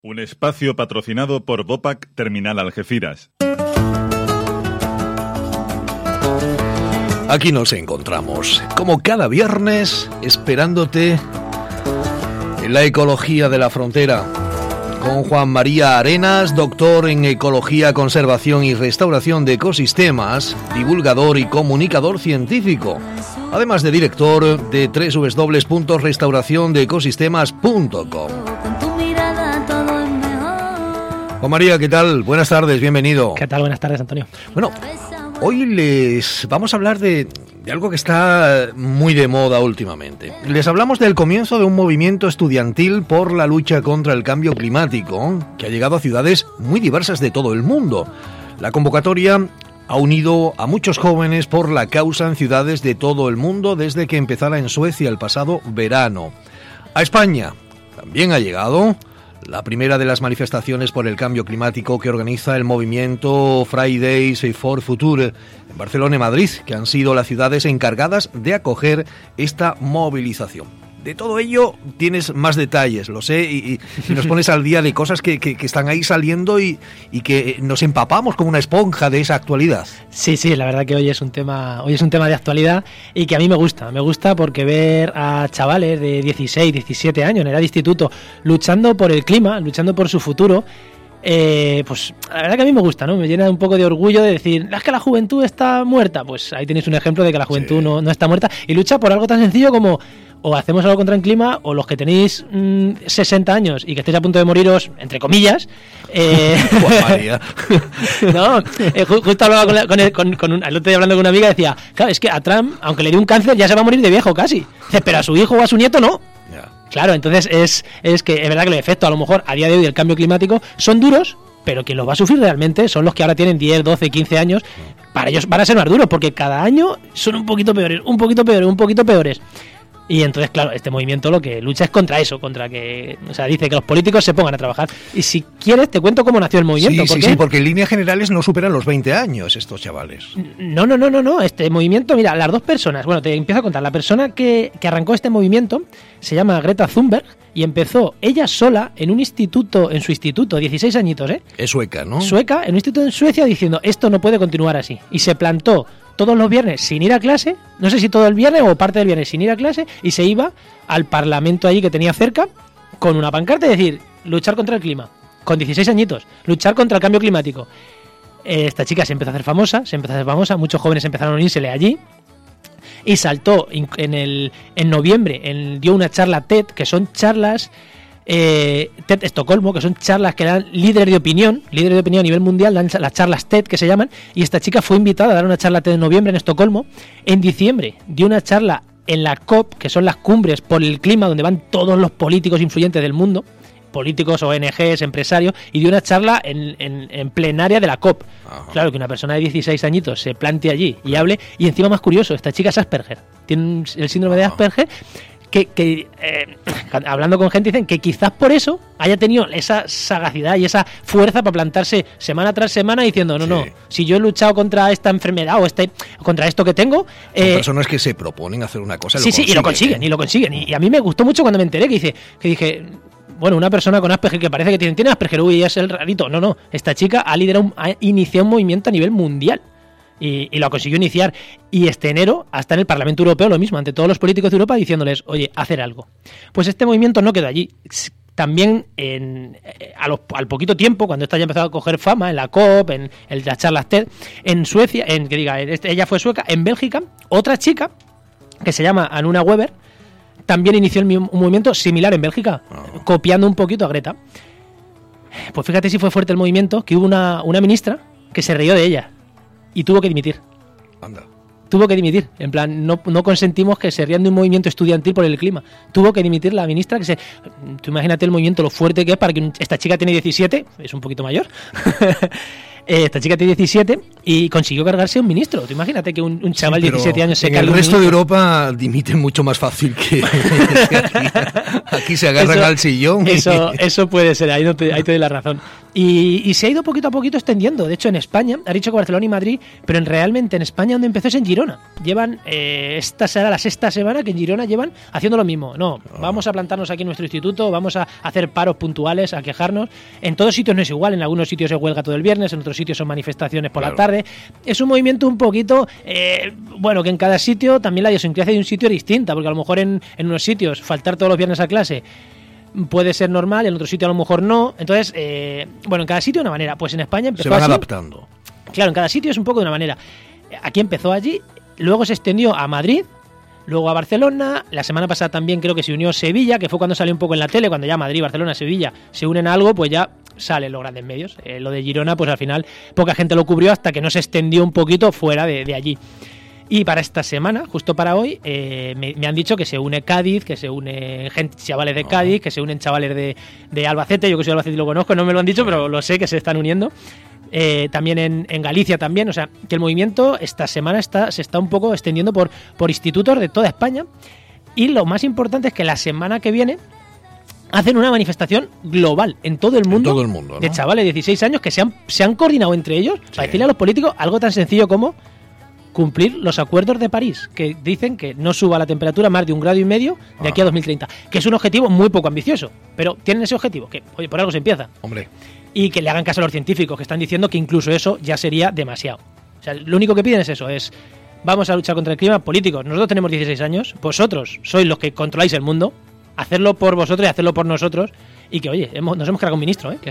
Un espacio patrocinado por Vopak Terminal Algeciras. Aquí nos encontramos, como cada viernes, esperándote en la ecología de la frontera, con Juan María Arenas, doctor en Ecología, Conservación y Restauración de Ecosistemas, divulgador y comunicador científico, además de director de www.restauraciondeecosistemas.com. Juan María, ¿qué tal? Buenas tardes, bienvenido. ¿Qué tal? Buenas tardes, Antonio. Bueno, hoy les vamos a hablar de algo que está muy de moda últimamente. Les hablamos del comienzo de un movimiento estudiantil por la lucha contra el cambio climático que ha llegado a ciudades muy diversas de todo el mundo. La convocatoria ha unido a muchos jóvenes por la causa en ciudades de todo el mundo desde que empezara en Suecia el pasado verano. A España también ha llegado la primera de las manifestaciones por el cambio climático que organiza el movimiento Fridays for Future en Barcelona y Madrid, que han sido las ciudades encargadas de acoger esta movilización. De todo ello tienes más detalles, lo sé, y nos pones al día de cosas que están ahí saliendo y que nos empapamos como una esponja de esa actualidad. Sí, la verdad que hoy es un tema de actualidad y que a mí me gusta porque ver a chavales de 16, 17 años en edad de instituto luchando por el clima, luchando por su futuro, pues la verdad que a mí me gusta, ¿no? Me llena un poco de orgullo de decir, ¿es que la juventud está muerta? Pues ahí tenéis un ejemplo de que la juventud no está muerta y lucha por algo tan sencillo como o hacemos algo contra el clima, o los que tenéis 60 años y que estáis a punto de moriros, entre comillas. No, justo hablaba el otro día hablando con una amiga y decía, claro, es que a Trump, aunque le dio un cáncer, ya se va a morir de viejo casi. Dice, pero a su hijo o a su nieto no. Claro, entonces es que es verdad que los efectos, a lo mejor, a día de hoy del cambio climático son duros, pero quien los va a sufrir realmente son los que ahora tienen 10, 12, 15 años. Para ellos van a ser más duros, porque cada año son un poquito peores. Y entonces, claro, este movimiento lo que lucha es contra eso, contra que, o sea, dice que los políticos se pongan a trabajar. Y si quieres, te cuento cómo nació el movimiento. Sí, porque en líneas generales no superan los 20 años estos chavales. No, este movimiento, mira, las dos personas, bueno, te empiezo a contar, la persona que arrancó este movimiento se llama Greta Thunberg y empezó ella sola en un instituto, en su instituto, 16 añitos, Es sueca, ¿no? Sueca, en un instituto en Suecia, diciendo, esto no puede continuar así. Y se plantó todos los viernes sin ir a clase, no sé si todo el viernes o parte del viernes sin ir a clase, y se iba al parlamento allí que tenía cerca con una pancarta y decir, luchar contra el clima, con 16 añitos, luchar contra el cambio climático. Esta chica se empezó a hacer famosa, muchos jóvenes empezaron a unírsele allí, y saltó en noviembre, dio una charla TED, que son charlas TED Estocolmo, que son charlas que dan líderes de opinión a nivel mundial, dan las charlas TED que se llaman, y esta chica fue invitada a dar una charla TED en noviembre en Estocolmo. En diciembre dio una charla en la COP, que son las cumbres por el clima, donde van todos los políticos influyentes del mundo, políticos, ONGs, empresarios, y dio una charla en plenaria de la COP. Ajá. Claro, que una persona de 16 añitos se plante allí y hable, y encima más curioso, esta chica es Asperger, tiene el síndrome de Asperger, que hablando con gente dicen que quizás por eso haya tenido esa sagacidad y esa fuerza para plantarse semana tras semana diciendo, no, si yo he luchado contra esta enfermedad o contra esto que tengo... Son personas que se proponen hacer una cosa y lo consiguen. Y a mí me gustó mucho cuando me enteré que dije, bueno, una persona con Asperger que parece que tiene Asperger, uy, es el rarito. No, esta chica ha iniciado un movimiento a nivel mundial. Y lo consiguió iniciar. Y este enero, hasta en el Parlamento Europeo, lo mismo, ante todos los políticos de Europa, diciéndoles, oye, hacer algo. Pues este movimiento no quedó allí. También al poquito tiempo, cuando esta ya empezó a coger fama, en la COP, en las charlas TED, en Suecia, ella fue sueca, en Bélgica, otra chica, que se llama Anuna Weber, también inició un movimiento similar en Bélgica, copiando un poquito a Greta. Pues fíjate si fue fuerte el movimiento, que hubo una ministra que se rió de ella. Y tuvo que dimitir. Anda. Tuvo que dimitir. En plan, no consentimos que se rían de un movimiento estudiantil por el clima. Tuvo que dimitir la ministra. Tú imagínate el movimiento, lo fuerte que es para que esta chica tiene 17, es un poquito mayor. Esta chica tiene 17 y consiguió cargarse un ministro. Tú imagínate que un chaval de 17 años se cargue en un el resto de ministro. Europa dimiten mucho más fácil que aquí se agarran Eso- al sillón. Eso puede ser, ahí te doy la razón. Y se ha ido poquito a poquito extendiendo. De hecho, en España, ha dicho que Barcelona y Madrid, pero realmente en España donde empezó es en Girona. Llevan, esta será la sexta semana que en Girona llevan haciendo lo mismo. No, vamos a plantarnos aquí en nuestro instituto, vamos a hacer paros puntuales, a quejarnos. En todos sitios no es igual, en algunos sitios se huelga todo el viernes, en otros sitios son manifestaciones por la tarde. Es un movimiento un poquito, bueno, que en cada sitio también la idiosincrasia de un sitio es distinta, porque a lo mejor en unos sitios faltar todos los viernes a clase puede ser normal, en otro sitio a lo mejor no. Entonces, bueno, en cada sitio de una manera. Pues en España empezó Se van así. adaptando. Claro, en cada sitio es un poco de una manera. Aquí empezó allí, luego se extendió a Madrid, luego a Barcelona. La semana pasada también creo que se unió Sevilla, que fue cuando salió un poco en la tele, cuando ya Madrid, Barcelona, Sevilla se unen a algo, pues ya salen los grandes medios. Lo de Girona, pues al final poca gente lo cubrió hasta que no se extendió un poquito fuera de allí. Y para esta semana, justo para hoy, me han dicho que se une Cádiz, que se une chavales de Cádiz, que se unen chavales de Albacete. Yo que soy de Albacete y lo conozco, no me lo han dicho, pero lo sé que se están uniendo. También en Galicia también. O sea, que el movimiento esta semana se está un poco extendiendo por institutos de toda España. Y lo más importante es que la semana que viene hacen una manifestación global en todo el mundo, ¿no? De chavales de 16 años que se han coordinado entre ellos para decirle a los políticos algo tan sencillo como cumplir los acuerdos de París, que dicen que no suba la temperatura más de 1,5 grados de aquí a 2030, que es un objetivo muy poco ambicioso, pero tienen ese objetivo, que oye, por algo se empieza. Hombre. Y que le hagan caso a los científicos, que están diciendo que incluso eso ya sería demasiado. O sea, lo único que piden es eso, es vamos a luchar contra el clima. Políticos, nosotros tenemos 16 años, vosotros sois los que controláis el mundo, hacerlo por vosotros y hacerlo por nosotros, y que oye, nos hemos cargado un ministro, que